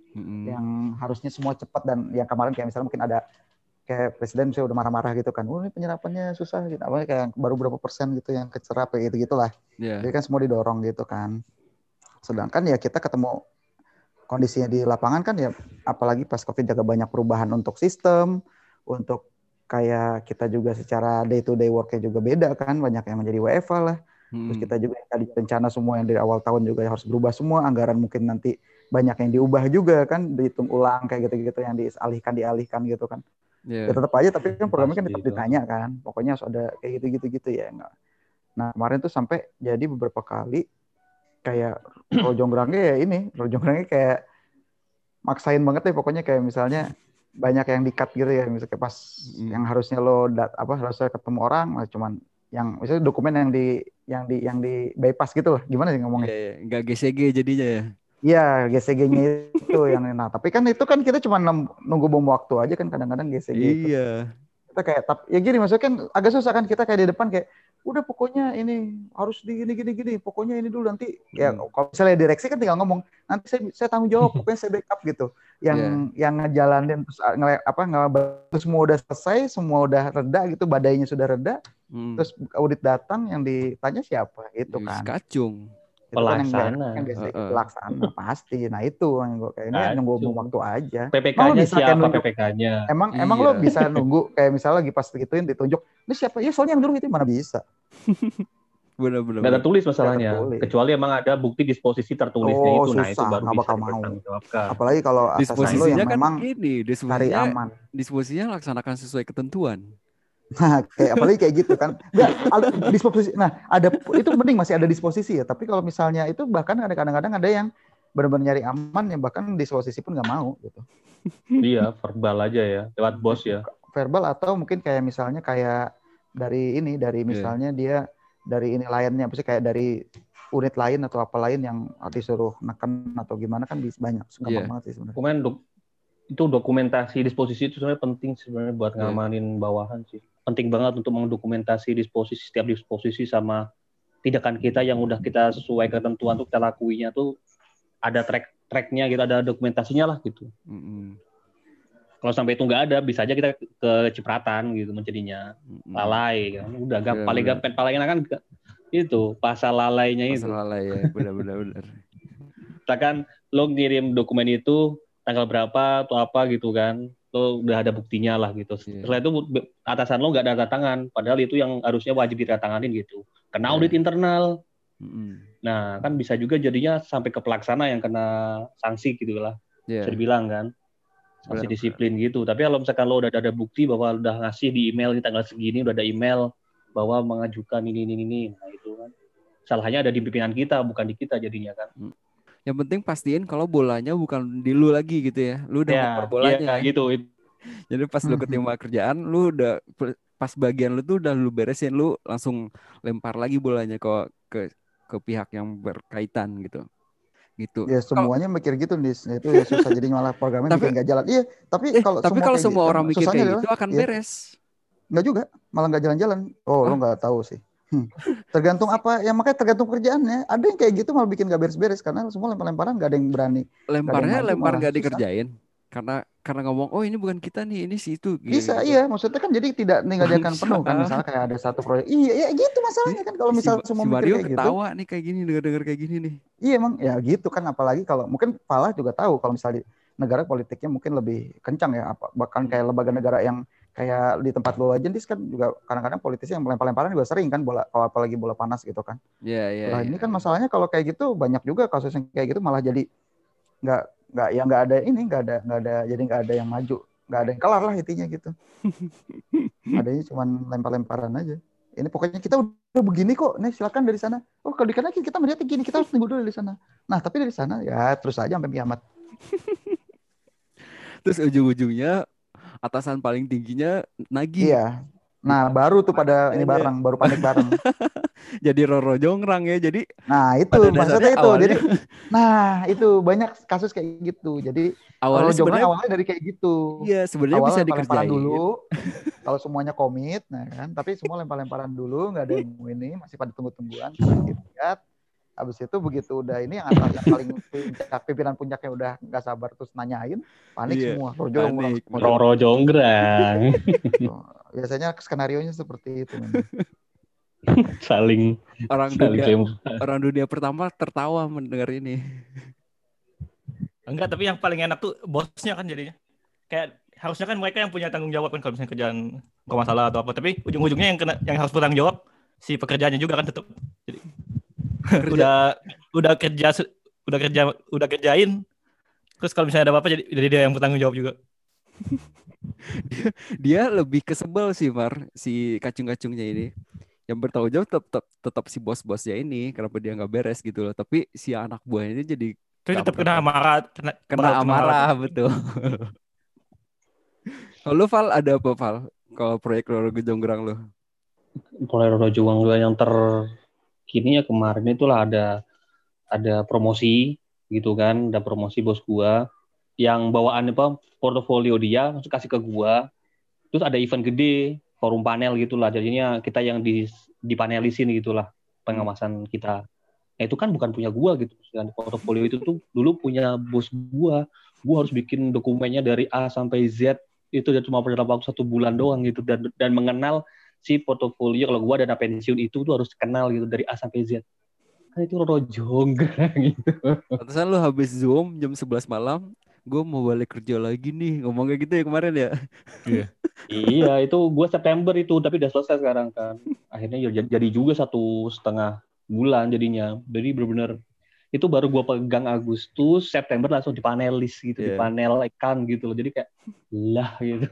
yang harusnya semua cepat, dan yang kemarin kayak misalnya mungkin ada kayak presiden saya udah marah-marah gitu kan, ini penyerapannya susah gitu, apa kayak baru berapa persen gitu yang keserap kayak gitu-gitulah. Jadi kan semua didorong gitu kan. Sedangkan ya kita ketemu kondisinya di lapangan kan ya, apalagi pas COVID juga banyak perubahan untuk sistem, untuk kayak kita juga secara day to day worknya juga beda kan, banyak yang menjadi WFA lah. Terus kita juga tadi rencana semua yang dari awal tahun juga harus berubah semua, anggaran mungkin nanti banyak yang diubah juga kan, dihitung ulang kayak gitu-gitu, yang dialihkan gitu kan. Ya tetap aja, tapi kan programnya kan tetap ditanya kan, pokoknya harus ada kayak gitu-gitu ya. Nah kemarin tuh sampai jadi beberapa kali kayak Roro Jonggrangnya kayak maksain banget deh, pokoknya kayak misalnya banyak yang di-cut gitu ya, misalnya pas yang harusnya harusnya ketemu orang, malah cuman yang misalnya dokumen yang di bypass gitu lah, gimana sih ngomongnya? Nggak GCG jadinya ya. Iya, GCG-nya itu yang tapi kan itu kan kita cuma nunggu bom waktu aja kan kadang-kadang GCG itu. Iya. Kita kayak ya gini, maksudnya kan agak susah kan, kita kayak di depan kayak udah pokoknya ini harus di gini, pokoknya ini dulu nanti ya kalau misalnya direksi kan tinggal ngomong nanti saya tanggung jawab, pokoknya saya backup gitu. Yang ngejalanin terus semua udah selesai, semua udah reda gitu, badainya sudah reda, terus audit datang, yang ditanya siapa itu kan. Kacung. Pelaksana. Pelaksana pasti. Nah itu yang gue kayaknya nunggu waktu aja. PPK-nya siapa PPK-nya? Emang lo bisa nunggu kayak misalnya lagi pas gituin ditunjuk, ini siapa? Ya soalnya yang dulu itu mana bisa. Benar-benar. Nggak tertulis masalahnya. Kecuali emang ada bukti disposisi tertulisnya itu. Susah, nah itu baru bisa dipertanggungjawabkan. Apalagi kalau disposisinya yang kan memang cari aman. Disposisinya laksanakan sesuai ketentuan. Nah, apalagi kayak gitu kan. Disposisi. Nah, ada itu mending masih ada disposisi ya. Tapi kalau misalnya itu bahkan kadang-kadang ada yang benar-benar nyari aman, yang bahkan disposisi pun nggak mau gitu. Iya, verbal aja ya, lewat bos ya. Verbal atau mungkin kayak misalnya kayak dari misalnya dia dari ini lainnya, pasti kayak dari unit lain atau apa lain yang disuruh neken atau gimana kan banyak. Gampang banget sih sebenarnya. Itu dokumentasi disposisi itu sebenarnya penting sebenarnya buat ngamanin bawahan sih. Penting banget untuk mendokumentasi setiap disposisi sama tindakan kita yang udah kita sesuai ketentuan tuh kita lakuinya tuh ada track-tracknya gitu, ada dokumentasinya lah gitu. Kalau sampai itu nggak ada, bisa aja kita kecipratan gitu menjadinya, lalai kan. Udah paling enak kan itu pasal lalainya itu. Pasal lalai ya, benar. Misalkan lo ngirim dokumen itu tanggal berapa atau apa gitu kan, lo udah ada buktinya lah gitu. Setelah itu atasan lo nggak ada tanda tangan, padahal itu yang harusnya wajib ditandatanganin gitu. Kena audit internal. Nah kan bisa juga jadinya sampai ke pelaksana yang kena sanksi gitu lah, bisa dibilang kan, sanksi disiplin gitu. Tapi kalau misalkan lo udah ada bukti bahwa udah ngasih di email di tanggal segini, udah ada email bahwa mengajukan ini, nah itu kan salahnya ada di pimpinan kita, bukan di kita jadinya kan. Yang penting pastiin kalau bolanya bukan di lu lagi gitu ya. Lu udah ngoper bolanya. Gitu. Jadi pas lu keterima kerjaan, lu udah pas bagian lu tuh udah lu beresin, lu langsung lempar lagi bolanya ke ke pihak yang berkaitan gitu. Ya semuanya mikir gitu nih, itu ya susah jadi malah programnya bikin nggak jalan. Iya, tapi kalau semua orang mikir kayak gitu akan beres. Nggak juga, malah nggak jalan-jalan. Oh, lo nggak tahu sih. Tergantung apa, ya makanya tergantung kerjaannya. Ada yang kayak gitu malah bikin nggak beres-beres karena semua lempar-lemparan, nggak ada yang berani. Lempar nggak dikerjain karena ngomong ini bukan kita nih, ini si itu. Bisa gitu. Iya, maksudnya kan jadi tidak mengerjakan penuh kan, misalnya kayak ada satu proyek. Iya, ya gitu masalahnya kan kalau misal semua mikir Mario kayak gitu. ketawa nih kayak gini, dengar kayak gini nih. Iya emang ya gitu kan, apalagi kalau mungkin Falah juga tahu kalau misalnya negara politiknya mungkin lebih kencang ya, bahkan kayak lembaga negara yang kayak di tempat lo aja, kan juga kadang-kadang politisi yang lempar-lemparan juga sering kan, kalau apalagi bola panas gitu kan. Iya. Ini kan masalahnya kalau kayak gitu banyak juga kasus yang kayak gitu malah jadi nggak ada jadi nggak ada yang maju, nggak ada yang kelar lah intinya gitu. Adanya cuma lempar-lemparan aja. Ini pokoknya kita udah begini kok, nih silakan dari sana. Oh kalau di kanan kita melihatnya gini, kita harus tunggu dulu dari sana. Nah tapi dari sana ya terus aja sampai kiamat. Terus ujung-ujungnya atasan paling tingginya nagih. Iya. Nah baru tuh pada ini bareng, baru panik bareng. Jadi Roro Jongrang ya. Jadi nah itu maksudnya itu awalnya, jadi itu banyak kasus kayak gitu. Jadi Roro Jongrang awalnya dari kayak gitu. Iya sebenarnya bisa dikerjain dulu. Kalau semuanya komit, nah kan, tapi semua lempar-lemparan dulu, nggak ada yang ini, masih pada tunggu-tungguan karena lihat. Habis itu begitu udah ini yang paling pimpinan puncaknya udah nggak sabar terus nanyain, panik semua. Roro Jongrang. Biasanya skenarionya seperti itu. saling orang dunia pertama tertawa mendengar ini. Enggak, tapi yang paling enak tuh bosnya kan jadinya. Kayak harusnya kan mereka yang punya tanggung jawab kan kalau misalnya kerjaan bermasalah atau apa, tapi ujung-ujungnya yang harus bertanggung jawab si pekerjaannya juga kan tetap. Jadi udah kerjain, terus kalau misalnya ada apa-apa jadi dia yang bertanggung jawab juga. dia lebih kesebel sih si kacung-kacungnya ini. Yang bertanggung jawab tetap si bos-bosnya ini, kenapa dia nggak beres gitu loh. Tapi si anak buahnya ini jadi tetap kena amarah, kena amarah betul. Kalau lu Val ada apa Val? Kalau proyek Roro Jongrang lu? Proyek Roro Jongrang yang terkini ya kemarin itulah ada promosi gitu kan, ada promosi bos gua yang bawaan portofolio dia langsung kasih ke gua. Terus ada event gede, forum panel gitulah. Jadinya kita yang dipanelisin gitulah pengawasan kita. Nah, itu kan bukan punya gua gitu. Portofolio itu tuh dulu punya bos gua. Gua harus bikin dokumennya dari A sampai Z. Itu cuma dalam waktu 1 bulan doang gitu, dan mengenal si portofolio kalau gua dana pensiun itu tuh harus kenal gitu dari A sampai Z. Kan itu Roro Jongrang gitu. Pantesan lu habis Zoom jam 11 malam, gue mau balik kerja lagi nih, ngomong kayak gitu ya kemarin ya. Iya, itu gua September itu, tapi udah selesai sekarang kan. Akhirnya ya jadi juga 1,5 bulan jadinya. Jadi benar-benar itu baru gue pegang Agustus, September langsung dipanelis gitu, dipanelkan gitu loh. Jadi kayak lah gitu.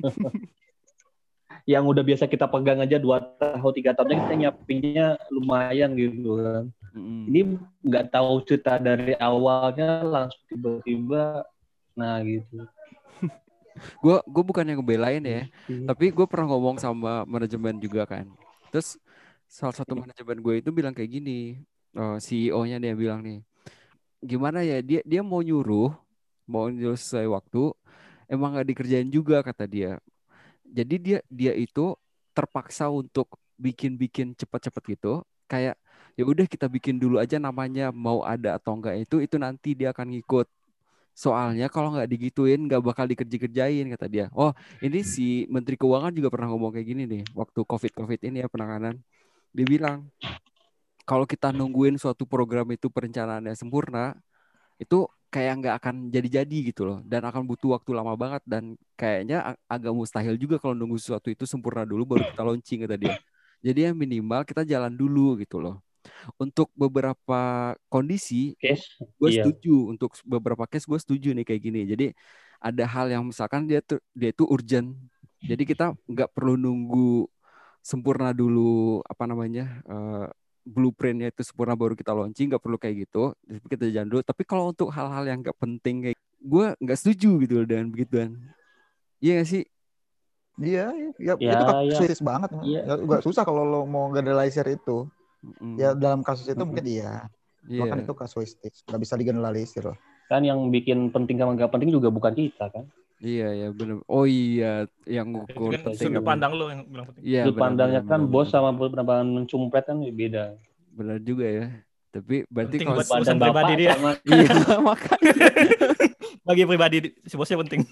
Yang udah biasa kita pegang aja 2 tahun 3 tahunnya kita nyiapinnya lumayan gitu kan. Ini nggak tahu cerita dari awalnya langsung tiba-tiba nah gitu. Gue bukannya ngebelain ya, tapi gue pernah ngomong sama manajemen juga kan. Terus salah satu manajemen gue itu bilang kayak gini. CEO-nya dia bilang nih, gimana ya, dia mau nyuruh sesuai waktu, emang nggak dikerjain juga kata dia. Jadi dia itu terpaksa untuk bikin cepat-cepat gitu, kayak ya udah kita bikin dulu aja namanya, mau ada atau enggak itu nanti dia akan ngikut. Soalnya kalau nggak digituin nggak bakal dikerjain kata dia. Oh ini si Menteri Keuangan juga pernah ngomong kayak gini nih waktu COVID ini ya, penanganan. Dia bilang, kalau kita nungguin suatu program itu perencanaannya sempurna, itu kayak nggak akan jadi-jadi gitu loh, dan akan butuh waktu lama banget, dan kayaknya agak mustahil juga kalau nunggu sesuatu itu sempurna dulu baru kita launching kata dia. Jadi yang minimal kita jalan dulu gitu loh. Untuk beberapa kondisi gue setuju, untuk beberapa case gue setuju nih kayak gini. Jadi ada hal yang misalkan dia itu urgent, jadi kita nggak perlu nunggu sempurna dulu blueprintnya itu sempurna baru kita launching, nggak perlu kayak gitu, kita jalan dulu. Tapi kalau untuk hal-hal yang nggak penting kayak, gue nggak setuju gitu loh dengan begituan. Iya nggak sih? Iya, itu sulit banget. Nggak susah kalau lo mau generalizer itu. Ya dalam kasus itu mungkin iya. Iya. Kan itu kasuistik, nggak bisa digeneralisir loh. Kan yang bikin penting sama nggak penting juga bukan kita kan. Iya ya benar. Oh iya, yang Itu ngukur kan penting. sudut pandang lo yang bilang penting. Iya Sudut pandangnya kan bos sama penambangan mencumpret kan beda. Benar juga ya. Tapi berarti Penting kalau buat Sudut urusan pandang pribadi bapak dia. sama iya makanya. Bagi pribadi si bosnya penting.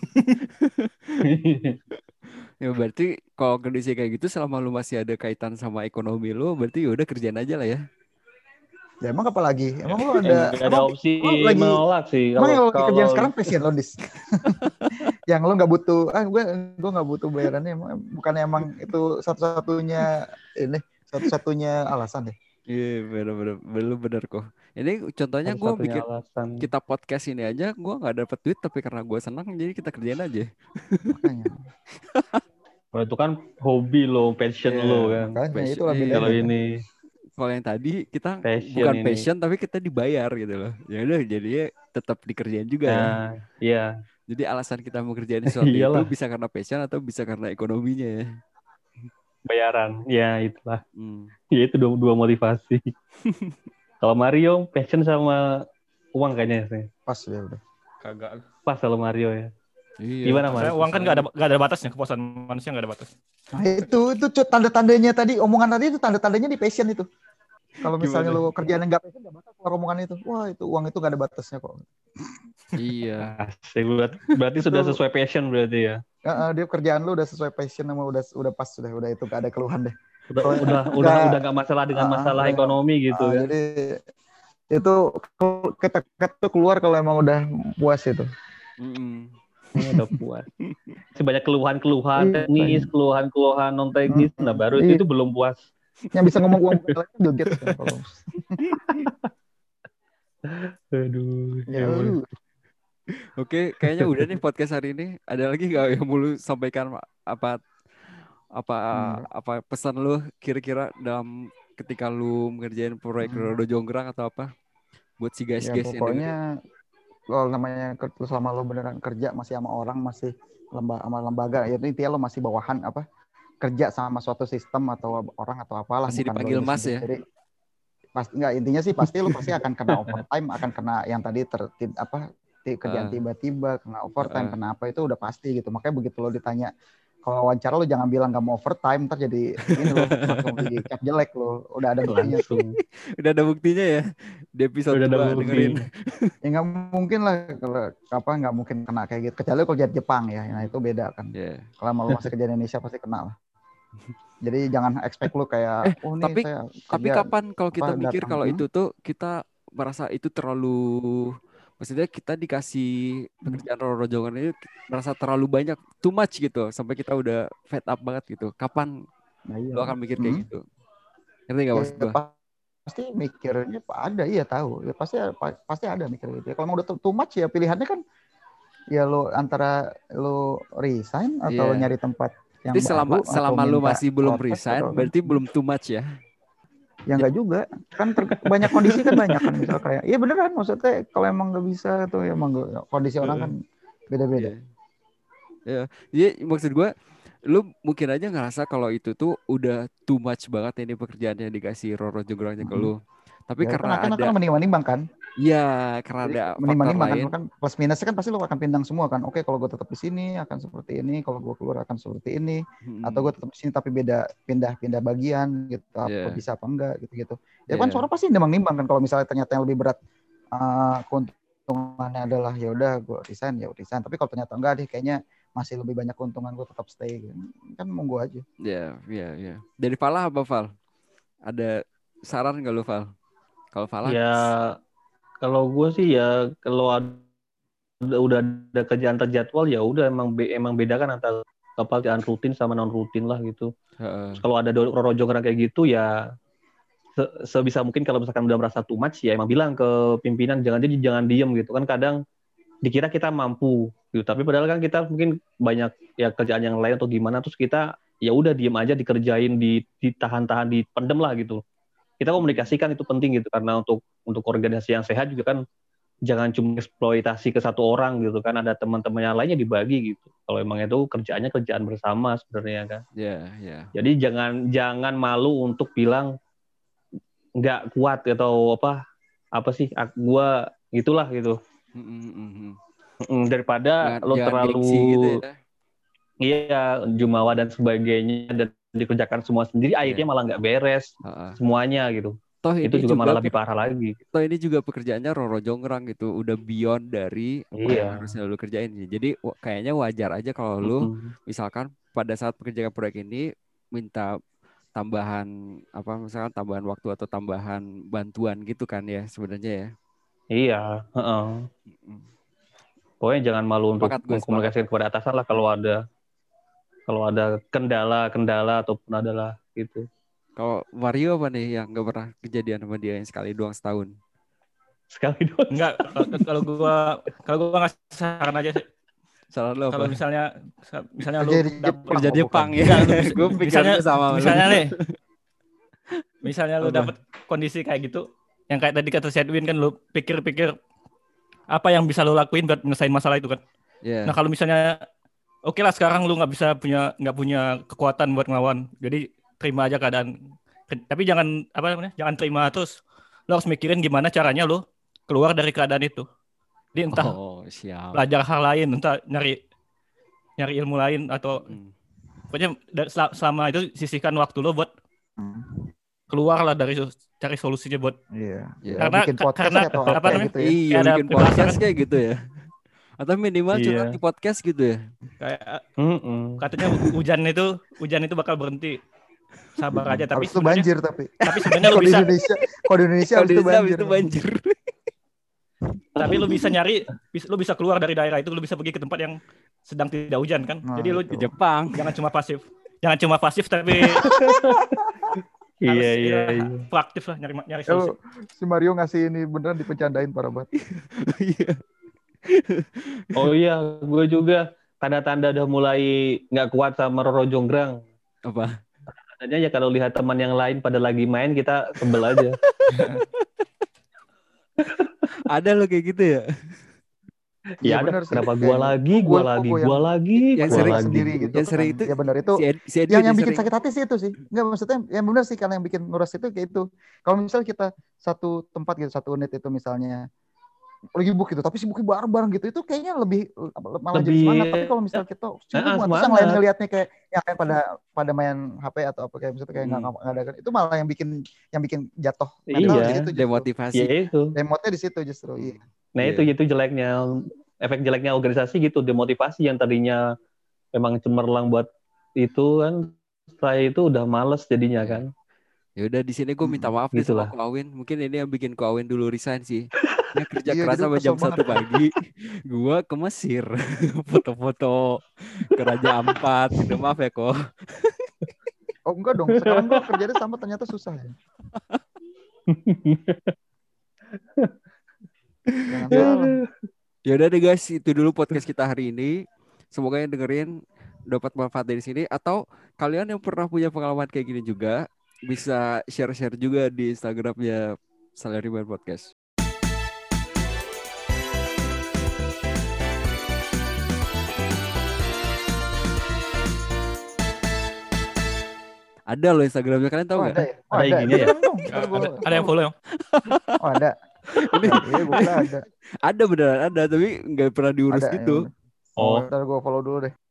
Ya berarti kalau kondisi kayak gitu selama lu masih ada kaitan sama ekonomi lu, berarti ya udah kerjaan aja lah ya. Ya emang apa lagi? Emang lu ada nggak ada opsi emang lagi menolak sih emang yang kalau kerjaan sekarang passion lo dis. Yang lo nggak butuh gue nggak butuh bayarannya bukannya emang itu satu-satunya alasan deh. Iya bener kok. Ini contohnya gue satu-satunya bikin alasan. kita podcast ini aja, gue nggak dapet duit tapi karena gue senang jadi kita kerjain aja. Makanya. Kalau itu kan hobi lo, passion lo kan. Makanya itulah bedanya. Kalau ini kalau yang tadi kita passion bukan ini. passion tapi kita dibayar gitu loh. Ya udah jadinya tetap dikerjain juga ya. Iya. Jadi alasan kita mau kerjain sesuatu itu Iyalah. bisa karena passion atau bisa karena ekonominya ya. Bayaran. Ya itulah. Hmm. Ya itu dua motivasi. Kalau Mario passion sama uang kayaknya sih. Pas ya udah. Kagak. Pas kalau Mario ya. Iya. Gimana Mario? Uang kan nggak ada batasnya, kepuasan manusia nggak ada batas. Nah itu tanda-tandanya tadi, omongan tadi itu tanda-tandanya di passion itu. Kalau misalnya lo kerjaan yang nggak passion, nggak batas keluar omongan itu. Wah itu uang itu nggak ada batasnya kok. Iya. Asik, berarti sudah sesuai passion berarti ya. Dia kerjaan lo udah sesuai passion sama udah pas udah itu gak ada keluhan deh. Udah nggak masalah dengan masalah ekonomi gitu kan. Jadi itu kita keluar kalau emang udah puas itu. Udah puas. Sebanyak keluhan-keluhan teknis, keluhan-keluhan non teknis, nah baru itu belum puas. Yang bisa ngomong uang Bill Gates kan kalau. Aduh. Ya, Oke, kayaknya udah nih podcast hari ini. Ada lagi nggak yang mau lu sampaikan apa pesan lu kira-kira dalam ketika lu mengerjain proyek Rodo Jonggrang atau apa buat si guys ya, pokoknya kalau namanya selama lo beneran kerja masih sama orang masih sama lembaga ya intinya lo masih bawahan kerja sama suatu sistem atau orang atau apalah masih dipanggil mas ya. Jadi pasti nggak intinya sih pasti lo pasti akan kena overtime, akan kena yang tadi kerjaan tiba-tiba kena overtime, kenapa itu udah pasti gitu. Makanya begitu lo ditanya kalau wawancara lo jangan bilang nggak mau overtime, ntar jadi ini lo langsung di cap jelek lo. Udah ada buktinya tuh. Udah ada buktinya ya di episode 2 dengerin. Ya nggak mungkin lah kalau nggak mungkin kena kayak gitu. Kecuali kalau kerja Jepang ya, nah itu beda kan. Yeah. Kalau mau masih kerja Indonesia pasti kena lah. Jadi jangan expect lo kayak tapi kapan kalau kita mikir kalau itu tuh kita merasa itu terlalu, maksudnya kita dikasih pekerjaan Roro Jonggrang ini merasa terlalu banyak, too much gitu, sampai kita udah fed up banget gitu. Kapan lo akan mikir kayak gitu? Ngerti nggak maksud gue? Pasti mikirnya ada, iya tahu. Ya, pasti ada mikir gitu. Kalau mau udah too much ya pilihannya kan ya lo antara lo resign atau lo nyari tempat yang jadi selama lo masih belum resign berarti belum too much ya? Ya enggak juga, kan banyak kondisi kan banyak kan, misal kayak iya beneran maksudnya kalau emang nggak bisa tuh ya emang kondisi orang kan beda-beda. Ya, jadi maksud gue lu mungkin aja ngerasa kalau itu tuh udah too much banget ini pekerjaannya dikasih Roro Jonggrangnya ke lu. Tapi ya, karena ada menimbang-nimbang kan? Iya, karena ada faktor lain. Kan plus minusnya kan pasti lo akan pindang semua kan. Oke, kalau gue tetap di sini akan seperti ini, kalau gue keluar akan seperti ini, atau gue tetap di sini tapi beda pindah bagian gitu, apa bisa apa enggak gitu. Ya kan suara pasti nimbang-nimbang kan, kalau misalnya ternyata yang lebih berat keuntungannya adalah ya udah gue resign. Tapi kalau ternyata enggak deh, kayaknya masih lebih banyak keuntungan, gue tetap stay gitu. Kan monggo aja. Iya. Dari Falah apa Val? Ada saran nggak lu Val? Kalau Falah? Ya kalau gue sih ya kalau udah ada kerjaan terjadwal ya udah emang bedakan antara pekerjaan rutin sama non rutin lah gitu. Kalau ada Roro Jonggrang kayak gitu ya sebisa mungkin kalau misalkan udah merasa too much ya emang bilang ke pimpinan jangan diem gitu kan. Kadang dikira kita mampu gitu tapi padahal kan kita mungkin banyak ya kerjaan yang lain atau gimana, terus kita ya udah diem aja dikerjain, ditahan-tahan, dipendem lah gitu. Kita komunikasikan itu penting gitu, karena untuk organisasi yang sehat juga kan jangan cuma eksploitasi ke satu orang gitu kan, ada teman-teman yang lainnya dibagi gitu. Kalau emang itu kerjaan bersama sebenarnya kan. Iya. Jadi jangan malu untuk bilang nggak kuat atau apa sih gue gitulah gitu. Daripada lo terlalu gitu ya. Iya, jumawa dan sebagainya dan dikerjakan semua sendiri, akhirnya malah nggak beres semuanya gitu. Toh itu juga malah lebih parah lagi. Toh ini juga pekerjaannya Roro Jonggrang gitu, udah beyond dari apa yang harusnya lu kerjain. Jadi kayaknya wajar aja kalau lu misalkan pada saat pekerjaan proyek ini minta tambahan misalkan tambahan waktu atau tambahan bantuan gitu kan ya sebenarnya ya. Iya, pokoknya jangan malu untuk mengkomunikasikan kepada atasan lah kalau ada kendala ataupun adalah gitu. Kalau Mario apa nih yang nggak pernah kejadian sama dia yang sekali doang setahun? Sekali doang? Enggak, kalau gua ngasih saran aja sih. Saran lo apa? Kalau misalnya lu kerja di Jepang ya. Gue pikirnya sama. Misalnya lu dapet kondisi kayak gitu, yang kayak tadi kata Sedwin kan, lu pikir-pikir apa yang bisa lu lakuin buat nyelesain masalah itu kan. Yeah. Nah kalau misalnya oke lah sekarang lu nggak punya kekuatan buat ngelawan, jadi terima aja keadaan. Tapi jangan jangan terima terus. Lo harus mikirin gimana caranya lo keluar dari keadaan itu. Jadi entah belajar hal lain, entah nyari ilmu lain atau pokoknya selama itu sisihkan waktu lo buat keluar lah dari cari solusinya buat. Karena bikin podcast atau apa namanya? Gitu ya. Iya, bikin podcast kayak gitu ya. Atau minimal curhat di podcast gitu ya. Kayak katanya hujan itu bakal berhenti. Sabar aja, tapi itu banjir tapi sebenarnya lu bisa di Indonesia habis itu banjir. Tapi lu bisa lu bisa keluar dari daerah itu, lu bisa pergi ke tempat yang sedang tidak hujan kan. Jadi lu ke Jepang. Jangan cuma pasif tapi iya. proaktif lah nyari solusi. Si Mario ngasih ini beneran dipecandain parah banget. Iya. Oh iya, gue juga tanda-tanda udah mulai nggak kuat sama Roro Jonggrang. Apa? Tandanya ya kalau lihat teman yang lain pada lagi main kita sebel aja. Ada lo kayak gitu ya? Ya ada. Kenapa gua lagi. Yang sering sendiri gitu. Yang sering itu. Ya benar itu. Yang bikin sakit hati sih itu sih. Enggak, maksudnya yang benar sih, karena yang bikin nguras itu kayak itu. Kalau misal kita satu tempat gitu, satu unit itu misalnya lagi sibuk gitu, tapi sibuknya bareng-bareng gitu, itu kayaknya malah jadi semangat. Tapi kalau misal kita sibuk, terus yang lain ngelihatnya kayak pada main HP atau apa kayak misalnya kayak nggak ada kan, itu malah yang bikin jatuh. Iya, demotivasi. Ya itu. Demotnya di situ justru. Iya. Nah itu jeleknya, efek jeleknya organisasi gitu, demotivasi yang tadinya memang cemerlang buat itu kan, setelah itu udah males jadinya kan. Ya udah di sini gue minta maaf nih sama Ko Awin. Mungkin ini yang bikin Ko Awin dulu resign sih. Dia kerja keras sampai jam 1 pagi. Gua ke Mesir. Foto-foto ke Raja Ampat. Gitu, maaf ya Ko. Oh enggak dong. Sekarang gue kerjanya sama ternyata susah ya. Ya udah deh guys, itu dulu podcast kita hari ini. Semoga yang dengerin dapat manfaat dari sini. Atau kalian yang pernah punya pengalaman kayak gini juga bisa share-share juga di Instagramnya Salaryman Podcast. Ada loh Instagramnya, kalian tahu nggak? Ada ya? Ada IG-nya ya? Ada yang follow ya? Oh ada. Iya gue ada. Ada beneran ada, tapi nggak pernah diurus gitu. Ya. Ntar gue follow dulu deh.